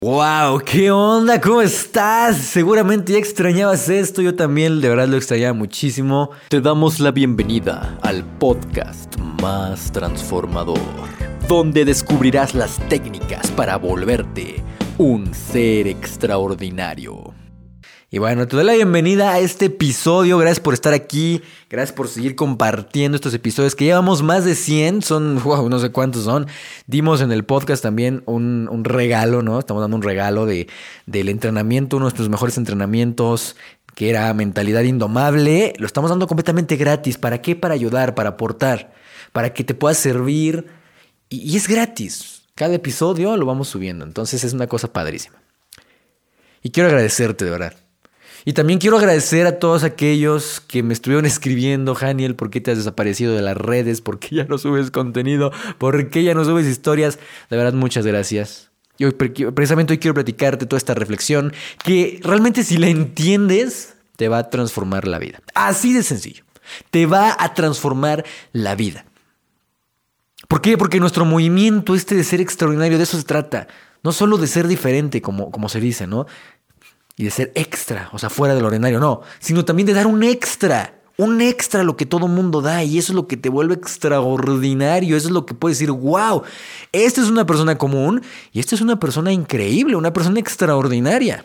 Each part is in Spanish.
Wow, ¿qué onda? ¿Cómo estás? Seguramente ya extrañabas esto, yo también de verdad lo extrañaba muchísimo. Te damos la bienvenida al podcast más transformador, donde descubrirás las técnicas para volverte un ser extraordinario. Y bueno, te doy la bienvenida a este episodio, gracias por estar aquí, gracias por seguir compartiendo estos episodios que llevamos más de 100, wow, no sé cuántos son. Dimos en el podcast también un regalo, ¿no? Estamos dando un regalo del entrenamiento, uno de nuestros mejores entrenamientos, que era Mentalidad Indomable. Lo estamos dando completamente gratis. ¿Para qué? Para ayudar, para aportar, para que te pueda servir. Y es gratis. Cada episodio lo vamos subiendo, entonces es una cosa padrísima. Y quiero agradecerte, de verdad. Y también quiero agradecer a todos aquellos que me estuvieron escribiendo: Haniel, ¿por qué te has desaparecido de las redes? ¿Por qué ya no subes contenido? ¿Por qué ya no subes historias? De verdad, muchas gracias. Y hoy, precisamente hoy quiero platicarte toda esta reflexión que realmente, si la entiendes, te va a transformar la vida. Así de sencillo. Te va a transformar la vida. ¿Por qué? Porque nuestro movimiento de ser extraordinario, de eso se trata. No solo de ser diferente, como se dice, ¿no? Y de ser extra, o sea, fuera del ordinario, no. Sino también de dar un extra a lo que todo mundo da. Y eso es lo que te vuelve extraordinario. Eso es lo que puedes decir: wow, esta es una persona común y esta es una persona increíble, una persona extraordinaria.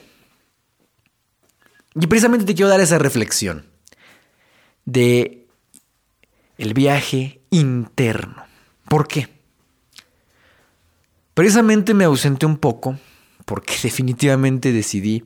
Y precisamente te quiero dar esa reflexión de el viaje interno. ¿Por qué? Precisamente me ausenté un poco porque definitivamente decidí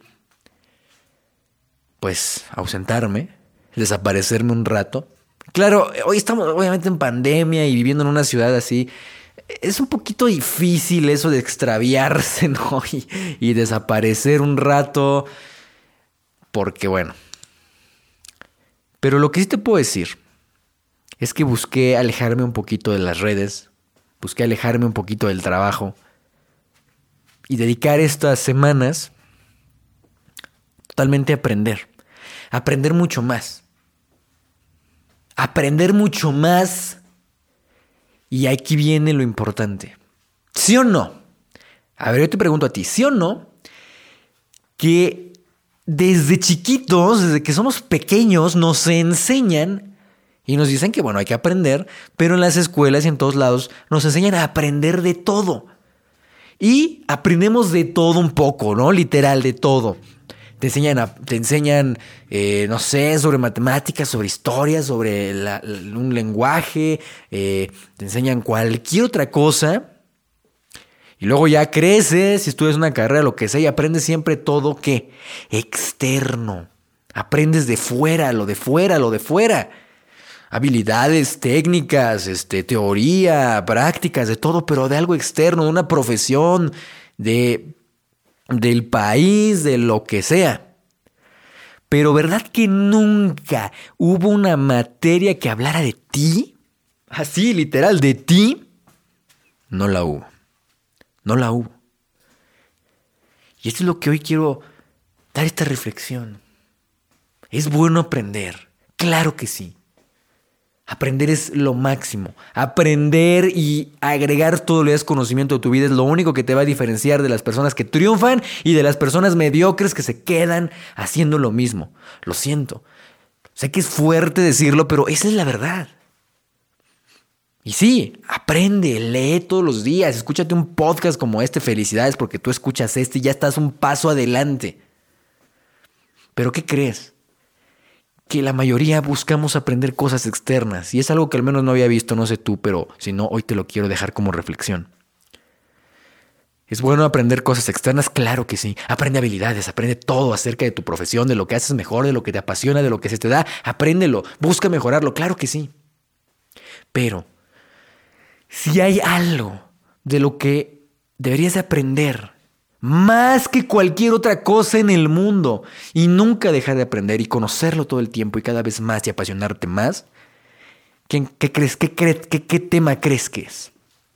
ausentarme, desaparecerme un rato. Claro, hoy estamos obviamente en pandemia y viviendo en una ciudad así. Es un poquito difícil eso de extraviarse, ¿no? Y desaparecer un rato. Porque bueno. Pero lo que sí te puedo decir es que busqué alejarme un poquito de las redes. Busqué alejarme un poquito del trabajo. Y dedicar estas semanas totalmente a aprender. Aprender mucho más. Aprender mucho más. Y aquí viene lo importante. ¿Sí o no? A ver, yo te pregunto a ti, ¿sí o no? Que desde chiquitos, desde que somos pequeños, nos enseñan y nos dicen que bueno, hay que aprender, pero en las escuelas y en todos lados nos enseñan a aprender de todo. Y aprendemos de todo un poco, ¿no? Literal, de todo. Te enseñan no sé, sobre matemáticas, sobre historia, sobre un lenguaje. Te enseñan cualquier otra cosa. Y luego ya creces y estudias una carrera, lo que sea, y aprendes siempre todo, ¿qué? Externo. Aprendes de fuera, lo de fuera, lo de fuera. Habilidades, técnicas, teoría, prácticas, de todo, pero de algo externo, de una profesión, del país, de lo que sea. Pero ¿verdad que nunca hubo una materia que hablara de ti? Así, literal, de ti. No la hubo. No la hubo. Y esto es lo que hoy quiero dar esta reflexión. ¿Es bueno aprender? Claro que sí. Aprender es lo máximo. Aprender y agregar todo lo que es conocimiento de tu vida es lo único que te va a diferenciar de las personas que triunfan y de las personas mediocres que se quedan haciendo lo mismo. Lo siento. Sé que es fuerte decirlo, pero esa es la verdad. Y sí, aprende, lee todos los días, escúchate un podcast como este. Felicidades porque tú escuchas y ya estás un paso adelante. ¿Pero qué crees? Que la mayoría buscamos aprender cosas externas. Y es algo que al menos no había visto, no sé tú, pero si no, hoy te lo quiero dejar como reflexión. ¿Es bueno aprender cosas externas? Claro que sí. Aprende habilidades, aprende todo acerca de tu profesión, de lo que haces mejor, de lo que te apasiona, de lo que se te da. Apréndelo, busca mejorarlo, claro que sí. Pero si hay algo de lo que deberías de aprender más que cualquier otra cosa en el mundo y nunca dejar de aprender y conocerlo todo el tiempo y cada vez más y apasionarte más, ¿qué crees? ¿Qué tema crees que es?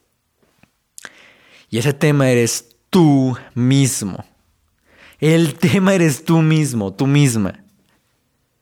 Y ese tema eres tú mismo. El tema eres tú mismo, tú misma.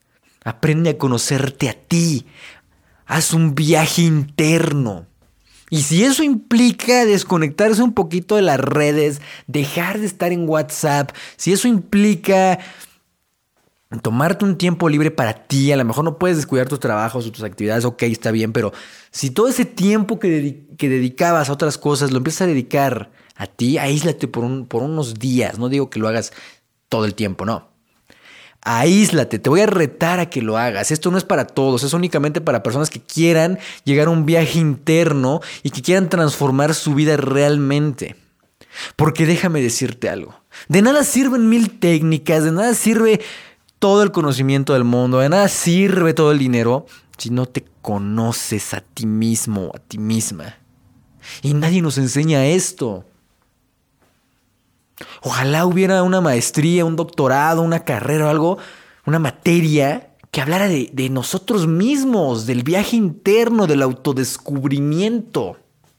Aprende a conocerte a ti. Haz un viaje interno. Y si eso implica desconectarse un poquito de las redes, dejar de estar en WhatsApp, si eso implica tomarte un tiempo libre para ti, a lo mejor no puedes descuidar tus trabajos o tus actividades, ok, está bien, pero si todo ese tiempo que dedicabas a otras cosas lo empiezas a dedicar a ti, aíslate por unos días. No digo que lo hagas todo el tiempo, no. Aíslate, te voy a retar a que lo hagas. Esto no es para todos, es únicamente para personas que quieran llegar a un viaje interno y que quieran transformar su vida realmente. Porque déjame decirte algo, de nada sirven 1000 técnicas, de nada sirve todo el conocimiento del mundo, de nada sirve todo el dinero si no te conoces a ti mismo o a ti misma. Y nadie nos enseña esto. Ojalá hubiera una maestría, un doctorado, una carrera o algo, una materia que hablara de nosotros mismos, del viaje interno, del autodescubrimiento.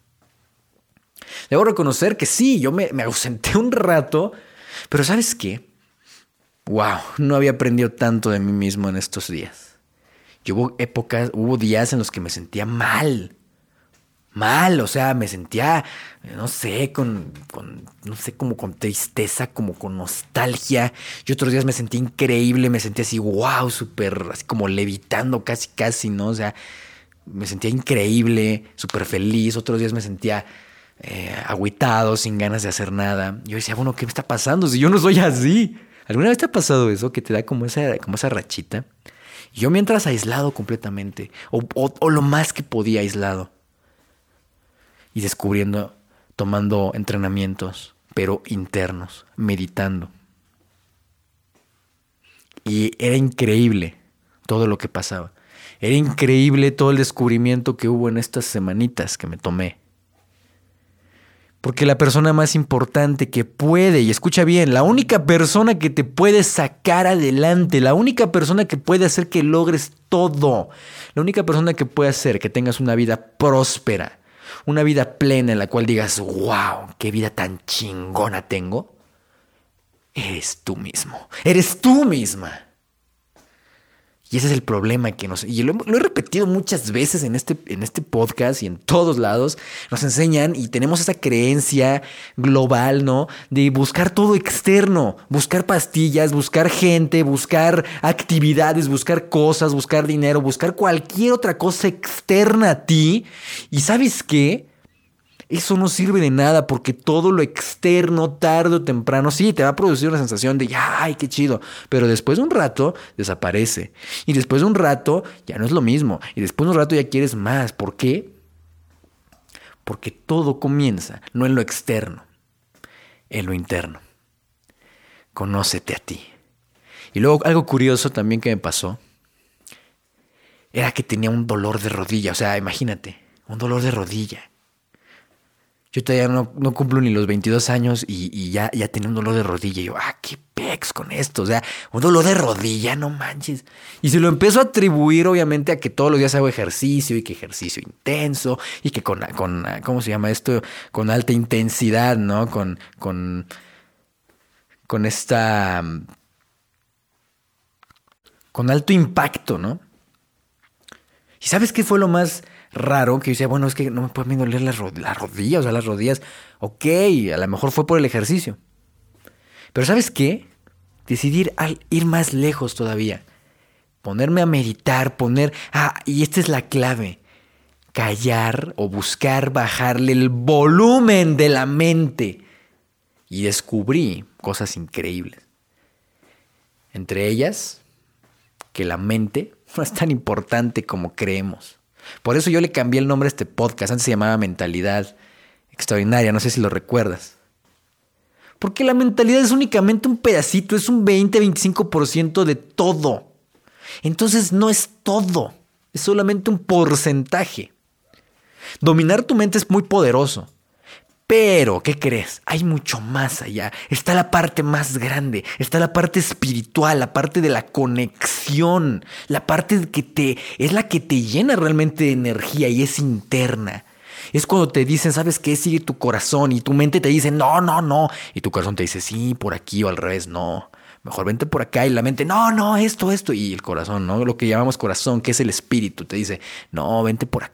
Debo reconocer que sí, yo me ausenté un rato, pero ¿sabes qué? Wow, no había aprendido tanto de mí mismo en estos días. Hubo días en los que me sentía mal, o sea, me sentía, no sé, como con tristeza, como con nostalgia. Y otros días me sentía increíble, me sentía así, wow, súper, así como levitando casi, ¿no? O sea, me sentía increíble, súper feliz. Otros días me sentía agüitado, sin ganas de hacer nada. Yo decía, bueno, ¿qué me está pasando si yo no soy así? ¿Alguna vez te ha pasado eso, que te da como esa rachita? Y yo mientras aislado completamente, o lo más que podía aislado. Y descubriendo, tomando entrenamientos, pero internos, meditando. Y era increíble todo lo que pasaba. Era increíble todo el descubrimiento que hubo en estas semanitas que me tomé. Porque la persona más importante que puede, y escucha bien, la única persona que te puede sacar adelante, la única persona que puede hacer que logres todo, la única persona que puede hacer que tengas una vida próspera, una vida plena en la cual digas, wow, qué vida tan chingona tengo, eres tú mismo, eres tú misma. Y ese es el problema y lo he repetido muchas veces en este podcast y en todos lados. Nos enseñan y tenemos esa creencia global, ¿no? De buscar todo externo, buscar pastillas, buscar gente, buscar actividades, buscar cosas, buscar dinero, buscar cualquier otra cosa externa a ti. ¿Y sabes qué? Eso no sirve de nada porque todo lo externo, tarde o temprano, sí, te va a producir una sensación de ¡ay, qué chido! Pero después de un rato desaparece. Y después de un rato ya no es lo mismo. Y después de un rato ya quieres más. ¿Por qué? Porque todo comienza no en lo externo, en lo interno. Conócete a ti. Y luego algo curioso también que me pasó era que tenía un dolor de rodilla. O sea, imagínate, un dolor de rodilla. Yo todavía no cumplo ni los 22 años y ya tenía un dolor de rodilla. Y yo, qué pex con esto. O sea, un dolor de rodilla, no manches. Y se lo empiezo a atribuir, obviamente, a que todos los días hago ejercicio y que ejercicio intenso y que con ¿cómo se llama esto? Con alta intensidad, ¿no? Con alto impacto, ¿no? ¿Y sabes qué fue lo más raro? Que yo decía, bueno, es que no me pueden doler las rodillas, o sea, las rodillas, ok, a lo mejor fue por el ejercicio. Pero ¿sabes qué? Decidí ir más lejos todavía. Ponerme a meditar, y esta es la clave. Callar o buscar bajarle el volumen de la mente. Y descubrí cosas increíbles. Entre ellas, que la mente no es tan importante como creemos. Por eso yo le cambié el nombre a este podcast. Antes se llamaba Mentalidad Extraordinaria. No sé si lo recuerdas. Porque la mentalidad es únicamente un pedacito. Es un 20-25% de todo. Entonces no es todo. Es solamente un porcentaje. Dominar tu mente es muy poderoso. Pero, ¿qué crees? Hay mucho más allá. Está la parte más grande. Está la parte espiritual, la parte de la conexión. La parte que es la que te llena realmente de energía y es interna. Es cuando te dicen, ¿sabes qué? Sigue tu corazón y tu mente te dice, no. Y tu corazón te dice, sí, por aquí o al revés, no. Mejor vente por acá y la mente, no, esto. Y el corazón, ¿no? Lo que llamamos corazón, que es el espíritu, te dice, no, vente por acá.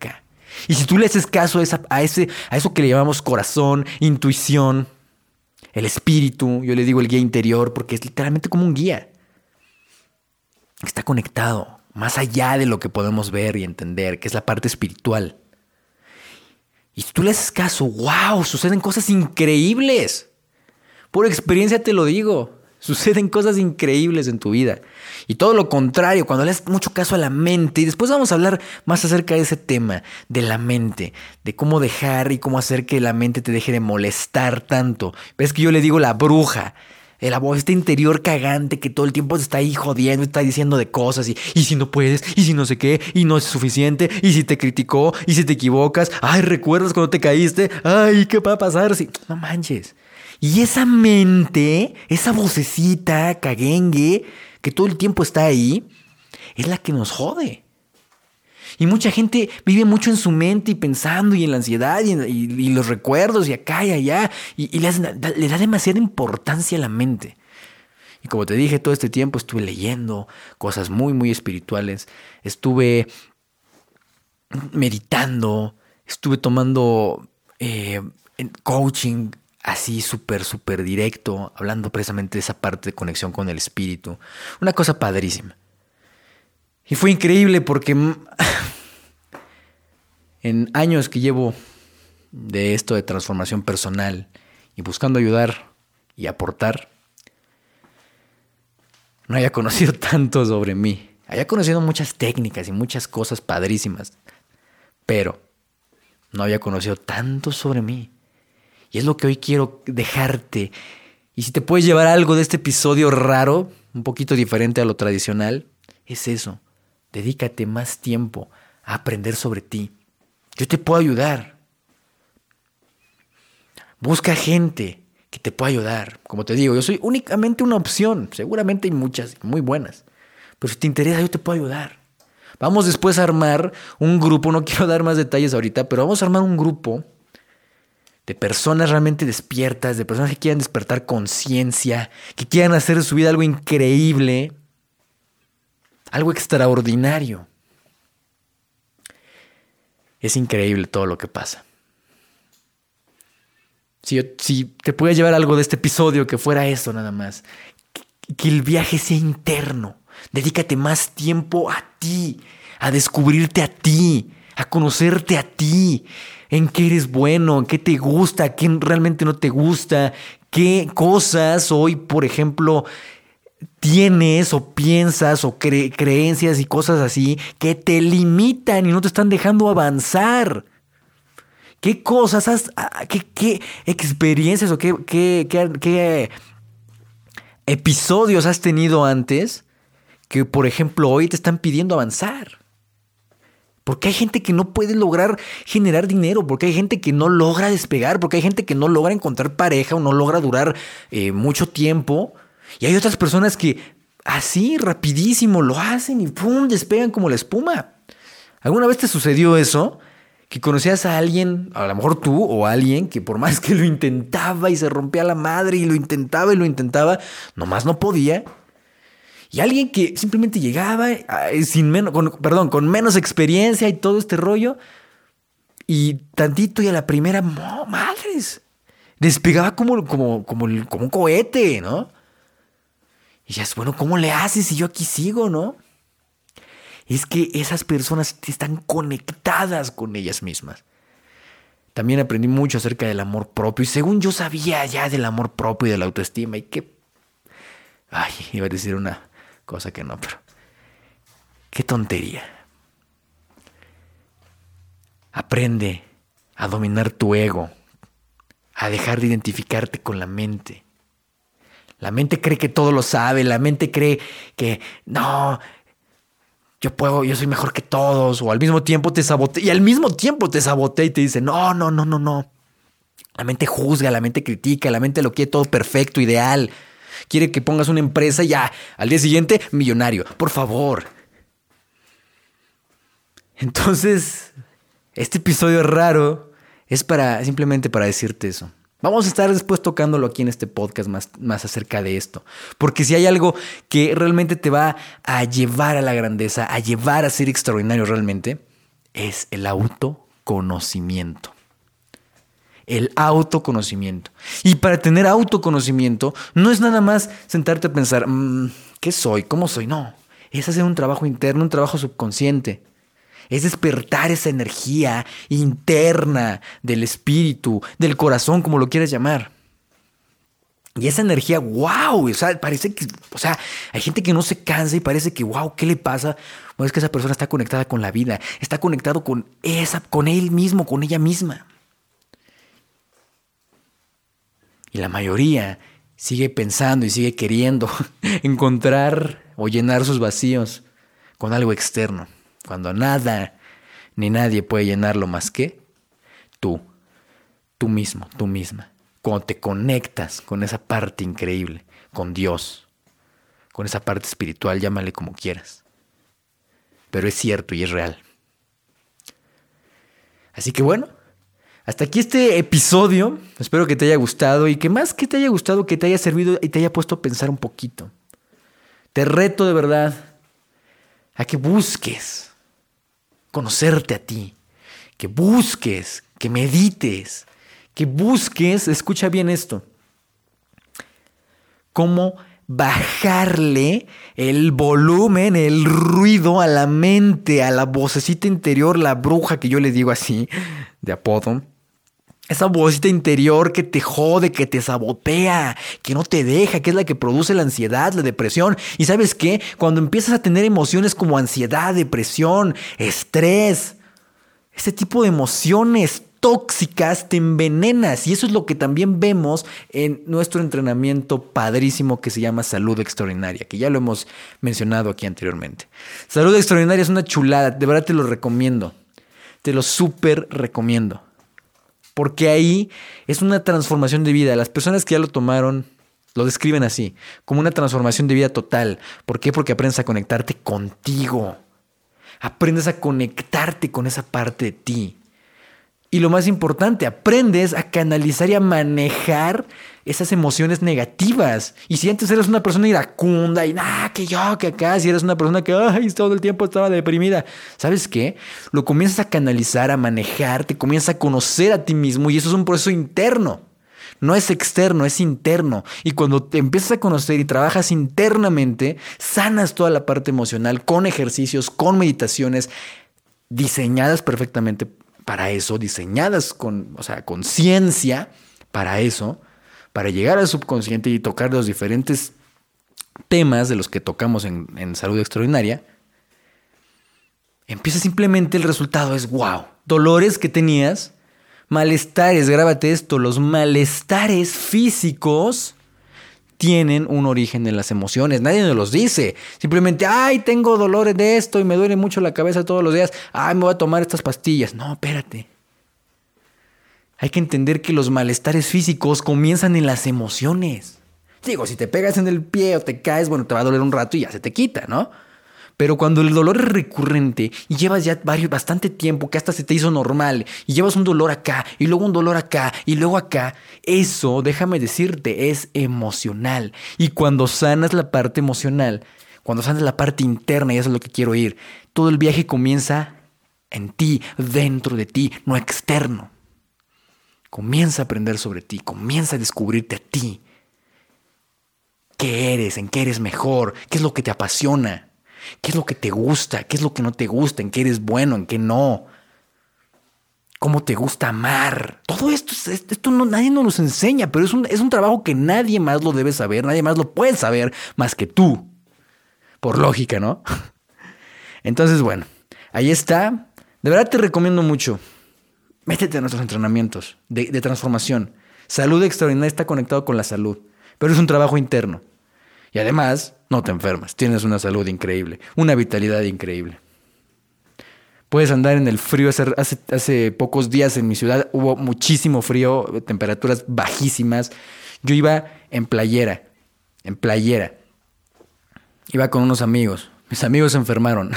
Y si tú le haces caso a eso que le llamamos corazón, intuición, el espíritu, yo le digo el guía interior, porque es literalmente como un guía. Está conectado más allá de lo que podemos ver y entender, que es la parte espiritual. Y si tú le haces caso, ¡wow! Suceden cosas increíbles. Por experiencia te lo digo. Suceden cosas increíbles en tu vida. Y todo lo contrario, cuando le haces mucho caso a la mente, y después vamos a hablar más acerca de ese tema, de la mente, de cómo dejar y cómo hacer que la mente te deje de molestar tanto. Ves que yo le digo la bruja, la voz, este interior cagante que todo el tiempo te está ahí jodiendo, te está diciendo de cosas, y si no puedes, y si no sé qué, y no es suficiente, y si te criticó, y si te equivocas, ay, ¿recuerdas cuando te caíste? Ay, ¿qué va a pasar? Si... No manches. Y esa mente, esa vocecita caguengue que todo el tiempo está ahí, es la que nos jode. Y mucha gente vive mucho en su mente y pensando y en la ansiedad y los recuerdos y acá y allá. Y le da demasiada importancia a la mente. Y como te dije, todo este tiempo estuve leyendo cosas muy, muy espirituales. Estuve meditando, estuve tomando coaching así súper, súper directo, hablando precisamente de esa parte de conexión con el espíritu. Una cosa padrísima. Y fue increíble porque en años que llevo de esto de transformación personal y buscando ayudar y aportar, no había conocido tanto sobre mí. Había conocido muchas técnicas y muchas cosas padrísimas, pero no había conocido tanto sobre mí. Y es lo que hoy quiero dejarte. Y si te puedes llevar algo de este episodio raro, un poquito diferente a lo tradicional, es eso. Dedícate más tiempo a aprender sobre ti. Yo te puedo ayudar. Busca gente que te pueda ayudar. Como te digo, yo soy únicamente una opción. Seguramente hay muchas muy buenas. Pero si te interesa, yo te puedo ayudar. Vamos después a armar un grupo. No quiero dar más detalles ahorita, pero vamos a armar un grupo de personas realmente despiertas, de personas que quieran despertar conciencia, que quieran hacer de su vida algo increíble, algo extraordinario. Es increíble todo lo que pasa. Si te pudiera llevar algo de este episodio, que fuera eso nada más, que el viaje sea interno. Dedícate más tiempo a ti, a descubrirte a ti, a conocerte a ti, en qué eres bueno, en qué te gusta, qué realmente no te gusta, qué cosas hoy, por ejemplo, tienes o piensas o creencias y cosas así que te limitan y no te están dejando avanzar. ¿Qué cosas qué experiencias o qué episodios has tenido antes que, por ejemplo, hoy te están pidiendo avanzar? Porque hay gente que no puede lograr generar dinero, porque hay gente que no logra despegar, porque hay gente que no logra encontrar pareja o no logra durar mucho tiempo. Y hay otras personas que así rapidísimo lo hacen y ¡pum! Despegan como la espuma. ¿Alguna vez te sucedió eso? Que conocías a alguien, a lo mejor tú o alguien, que por más que lo intentaba y se rompía la madre y lo intentaba, nomás no podía. Y alguien que simplemente llegaba con menos experiencia y todo este rollo, y tantito y a la primera, no, madres, despegaba como un cohete, ¿no? Y ya es, bueno, ¿cómo le haces si yo aquí sigo, no? Es que esas personas están conectadas con ellas mismas. También aprendí mucho acerca del amor propio, y según yo sabía ya del amor propio y de la autoestima, y iba a decir una cosa que no, pero qué tontería. Aprende a dominar tu ego, a dejar de identificarte con la mente. La mente cree que todo lo sabe, la mente cree que no, yo soy mejor que todos, o al mismo tiempo te sabotea, y al mismo tiempo te sabotea y te dice, no. La mente juzga, la mente critica, la mente lo quiere todo perfecto, ideal. Quiere que pongas una empresa y ya, al día siguiente, millonario. Por favor. Entonces, este episodio raro es simplemente para decirte eso. Vamos a estar después tocándolo aquí en este podcast más acerca de esto. Porque si hay algo que realmente te va a llevar a la grandeza, a llevar a ser extraordinario realmente, es el autoconocimiento. autoconocimiento. El autoconocimiento. Y para tener autoconocimiento no es nada más sentarte a pensar, ¿qué soy? ¿Cómo soy? No, es hacer un trabajo interno, un trabajo subconsciente. Es despertar esa energía interna del espíritu, del corazón, como lo quieras llamar. Y esa energía, wow, o sea, parece que, hay gente que no se cansa y parece que, wow, ¿qué le pasa? Bueno, es que esa persona está conectada con la vida, está conectado con él mismo, con ella misma. Y la mayoría sigue pensando y sigue queriendo encontrar o llenar sus vacíos con algo externo, cuando nada ni nadie puede llenarlo más que tú mismo, tú misma. Cuando te conectas con esa parte increíble, con Dios, con esa parte espiritual, llámale como quieras. Pero es cierto y es real. Así que bueno, hasta aquí este episodio. Espero que te haya gustado y que más que te haya gustado, que te haya servido y te haya puesto a pensar un poquito. Te reto de verdad a que busques conocerte a ti, que busques, que medites, que busques, escucha bien esto, cómo bajarle el volumen, el ruido a la mente, a la vocecita interior, la bruja que yo le digo así, de apodo. Esa vocecita interior que te jode, que te sabotea, que no te deja, que es la que produce la ansiedad, la depresión. ¿Y sabes qué? Cuando empiezas a tener emociones como ansiedad, depresión, estrés, ese tipo de emociones tóxicas, te envenenas. Y eso es lo que también vemos en nuestro entrenamiento padrísimo que se llama Salud Extraordinaria, que ya lo hemos mencionado aquí anteriormente. Salud Extraordinaria es una chulada, de verdad te lo recomiendo. Te lo súper recomiendo. Porque ahí es una transformación de vida. Las personas que ya lo tomaron lo describen así, como una transformación de vida total. ¿Por qué? Porque aprendes a conectarte contigo. Aprendes a conectarte con esa parte de ti. Y lo más importante, aprendes a canalizar y a manejar esas emociones negativas. Y si antes eres una persona iracunda y que yo, que acá, si eres una persona que todo el tiempo estaba deprimida, ¿sabes qué? Lo comienzas a canalizar, a manejar, te comienzas a conocer a ti mismo y eso es un proceso interno. No es externo, es interno. Y cuando te empiezas a conocer y trabajas internamente, sanas toda la parte emocional con ejercicios, con meditaciones diseñadas perfectamente para eso, diseñadas con ciencia para eso, para llegar al subconsciente y tocar los diferentes temas de los que tocamos en Salud Extraordinaria. Empieza simplemente, el resultado es wow. Dolores que tenías, malestares, grábate esto, los malestares físicos tienen un origen en las emociones. Nadie nos los dice. Simplemente, tengo dolores de esto y me duele mucho la cabeza todos los días. Me voy a tomar estas pastillas. No, espérate. Hay que entender que los malestares físicos comienzan en las emociones. Digo, si te pegas en el pie o te caes, bueno, te va a doler un rato y ya se te quita, ¿no? Pero cuando el dolor es recurrente y llevas ya bastante tiempo que hasta se te hizo normal y llevas un dolor acá y luego un dolor acá y luego acá, eso, déjame decirte, es emocional. Y cuando sanas la parte emocional, cuando sanas la parte interna, y eso es lo que quiero ir, todo el viaje comienza en ti, dentro de ti, no externo. Comienza a aprender sobre ti, comienza a descubrirte a ti. ¿Qué eres? ¿En qué eres mejor? ¿Qué es lo que te apasiona? ¿Qué es lo que te gusta? ¿Qué es lo que no te gusta? ¿En qué eres bueno? ¿En qué no? ¿Cómo te gusta amar? Todo esto nadie nos los enseña, pero es un trabajo que nadie más lo debe saber, nadie más lo puede saber más que tú. Por lógica, ¿no? Entonces, bueno, ahí está. De verdad te recomiendo mucho. Métete a nuestros entrenamientos de transformación. Salud Extraordinaria está conectado con la salud, pero es un trabajo interno. Y además, no te enfermas. Tienes una salud increíble, una vitalidad increíble. Puedes andar en el frío. Hace pocos días en mi ciudad hubo muchísimo frío, temperaturas bajísimas. Yo iba en playera. Iba con unos amigos. Mis amigos se enfermaron.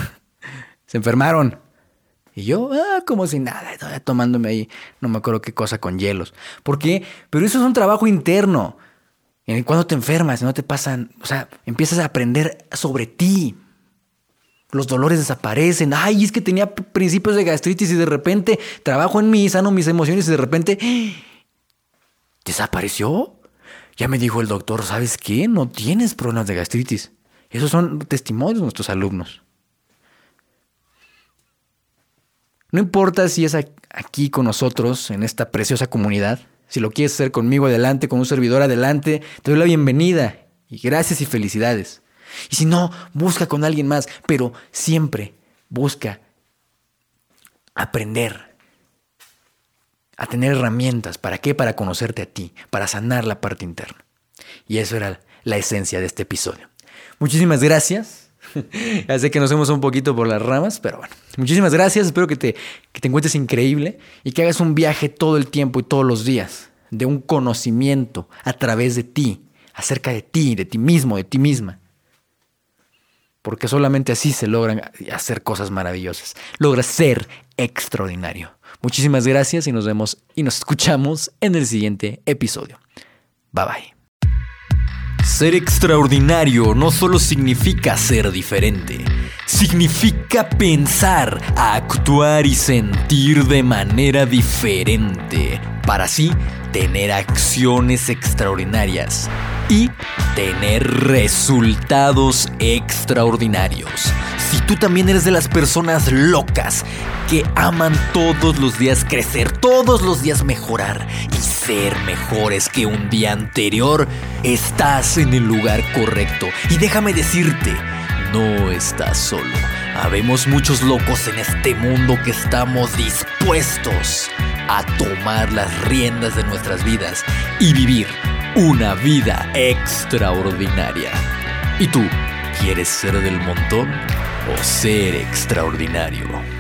Y yo, como si nada, todavía tomándome ahí, no me acuerdo qué cosa, con hielos. ¿Por qué? Pero eso es un trabajo interno. Cuando te enfermas, no te pasan, empiezas a aprender sobre ti. Los dolores desaparecen. Ay, es que tenía principios de gastritis y de repente trabajo en mí, sano mis emociones y de repente ¿desapareció? Ya me dijo el doctor, ¿sabes qué? No tienes problemas de gastritis. Esos son testimonios de nuestros alumnos. No importa si es aquí con nosotros, en esta preciosa comunidad. Si lo quieres hacer conmigo, adelante, con un servidor, adelante. Te doy la bienvenida y gracias y felicidades. Y si no, busca con alguien más, pero siempre busca aprender a tener herramientas. ¿Para qué? Para conocerte a ti, para sanar la parte interna. Y eso era la esencia de este episodio. Muchísimas gracias. Ya sé que nos fuimos un poquito por las ramas, pero bueno. Muchísimas gracias. Espero que te encuentres increíble y que hagas un viaje todo el tiempo y todos los días de un conocimiento a través de ti, acerca de ti mismo, de ti misma. Porque solamente así se logran hacer cosas maravillosas. Logras ser extraordinario. Muchísimas gracias y nos vemos y nos escuchamos en el siguiente episodio. Bye bye. Ser extraordinario no solo significa ser diferente, significa pensar, actuar y sentir de manera diferente, para así tener acciones extraordinarias y tener resultados extraordinarios. Si tú también eres de las personas locas que aman todos los días crecer, todos los días mejorar y ser mejores que un día anterior, estás en el lugar correcto. Y déjame decirte, no estás solo. Habemos muchos locos en este mundo que estamos dispuestos a tomar las riendas de nuestras vidas y vivir una vida extraordinaria. ¿Y tú, quieres ser del montón o ser extraordinario?